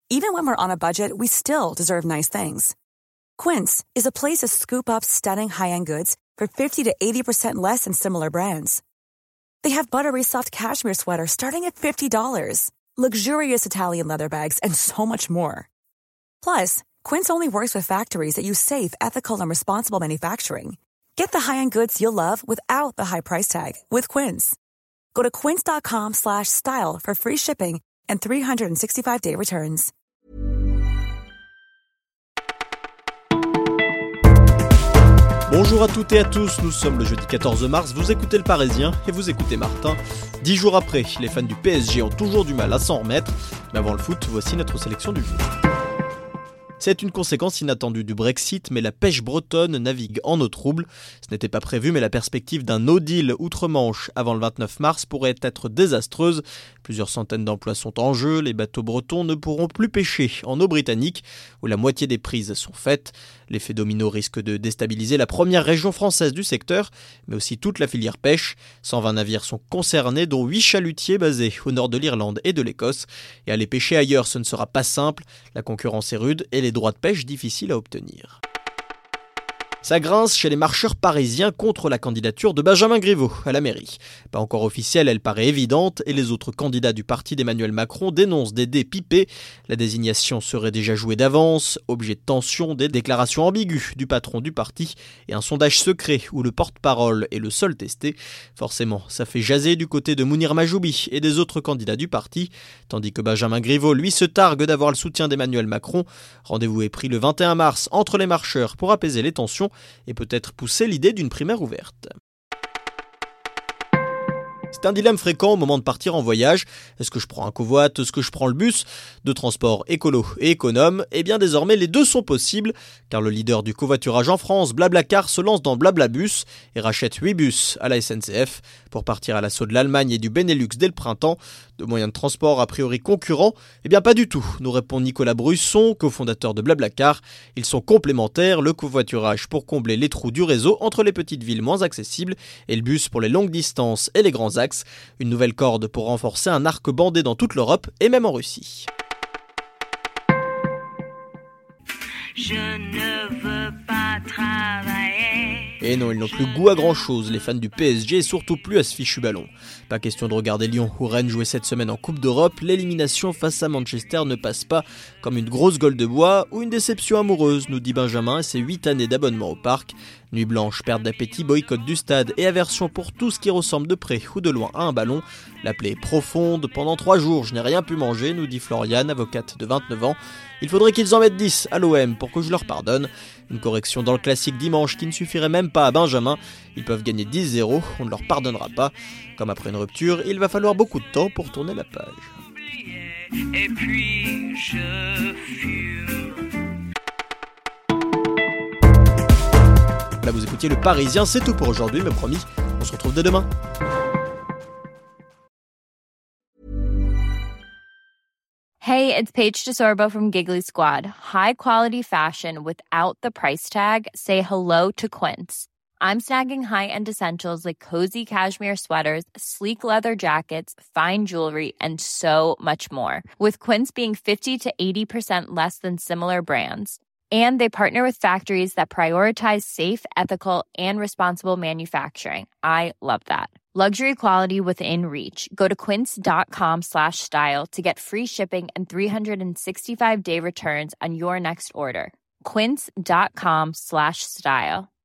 Even when we're on a budget, we still deserve nice things. Quince is a place to scoop up stunning high-end goods for 50 to 80% less than similar brands. They have buttery soft cashmere sweaters starting at $50, luxurious Italian leather bags, and so much more. Plus, Quince only works with factories that use safe, ethical, and responsible manufacturing. Get the high-end goods you'll love without the high price tag with Quince. Go to quince.com/style for free shipping and 365-day returns. Bonjour à toutes et à tous, nous sommes le jeudi 14 mars, vous écoutez Le Parisien et vous écoutez Martin. 10 jours après, les fans du PSG ont toujours du mal à s'en remettre, mais avant le foot, voici notre sélection du jour. C'est une conséquence inattendue du Brexit, mais la pêche bretonne navigue en eau trouble. Ce n'était pas prévu, mais la perspective d'un no deal outre-Manche avant le 29 mars pourrait être désastreuse. Plusieurs centaines d'emplois sont en jeu, les bateaux bretons ne pourront plus pêcher en eau britannique, où la moitié des prises sont faites. L'effet domino risque de déstabiliser la première région française du secteur, mais aussi toute la filière pêche. 120 navires sont concernés, dont 8 chalutiers basés au nord de l'Irlande et de l'Écosse. Et aller pêcher ailleurs, ce ne sera pas simple. La concurrence est rude et les droits de pêche difficiles à obtenir. Ça grince chez les marcheurs parisiens contre la candidature de Benjamin Griveaux à la mairie. Pas encore officielle, elle paraît évidente et les autres candidats du parti d'Emmanuel Macron dénoncent des dés pipés. La désignation serait déjà jouée d'avance, objet de tension, des déclarations ambiguës du patron du parti et un sondage secret où le porte-parole est le seul testé. Forcément, ça fait jaser du côté de Mounir Majoubi et des autres candidats du parti, tandis que Benjamin Griveaux, lui, se targue d'avoir le soutien d'Emmanuel Macron. Rendez-vous est pris le 21 mars entre les marcheurs pour apaiser les tensions et peut-être pousser l'idée d'une primaire ouverte. C'est un dilemme fréquent au moment de partir en voyage. Est-ce que je prends un covoit? Est-ce que je prends le bus? De transport écolo et économe? Eh bien désormais les deux sont possibles, car le leader du covoiturage en France, Blablacar, se lance dans Blablabus et rachète 8 bus à la SNCF pour partir à l'assaut de l'Allemagne et du Benelux dès le printemps. De moyens de transport a priori concurrents? Eh bien pas du tout, nous répond Nicolas Brusson, cofondateur de Blablacar. Ils sont complémentaires, le covoiturage pour combler les trous du réseau entre les petites villes moins accessibles et le bus pour les longues distances et les grands axes. Une nouvelle corde pour renforcer un arc bandé dans toute l'Europe et même en Russie. Je ne veux pas travailler. Et non, ils n'ont plus goût à grand chose, les fans du PSG, et surtout plus à ce fichu ballon. Pas question de regarder Lyon ou Rennes jouer cette semaine en Coupe d'Europe, l'élimination face à Manchester ne passe pas comme une grosse gueule de bois ou une déception amoureuse, nous dit Benjamin et ses 8 années d'abonnement au parc. Nuit blanche, perte d'appétit, boycott du stade et aversion pour tout ce qui ressemble de près ou de loin à un ballon. La plaie est profonde, pendant 3 jours je n'ai rien pu manger, nous dit Floriane, avocate de 29 ans. Il faudrait qu'ils en mettent 10 à l'OM pour que je leur pardonne. Une correction dans le classique dimanche qui ne suffirait même pas à Benjamin. Ils peuvent gagner 10-0, on ne leur pardonnera pas. Comme après une rupture, il va falloir beaucoup de temps pour tourner la page. Et puis je fume. Là vous écoutiez Le Parisien, c'est tout pour aujourd'hui, mais promis, on se retrouve dès demain. Hey, it's Paige DeSorbo from Giggly Squad. High quality fashion without the price tag. Say hello to Quince. I'm snagging high-end essentials like cozy cashmere sweaters, sleek leather jackets, fine jewelry, and so much more. With Quince being 50 to 80% less than similar brands. And they partner with factories that prioritize safe, ethical, and responsible manufacturing. I love that. Luxury quality within reach. Go to quince.com/style to get free shipping and 365-day returns on your next order. Quince.com/style.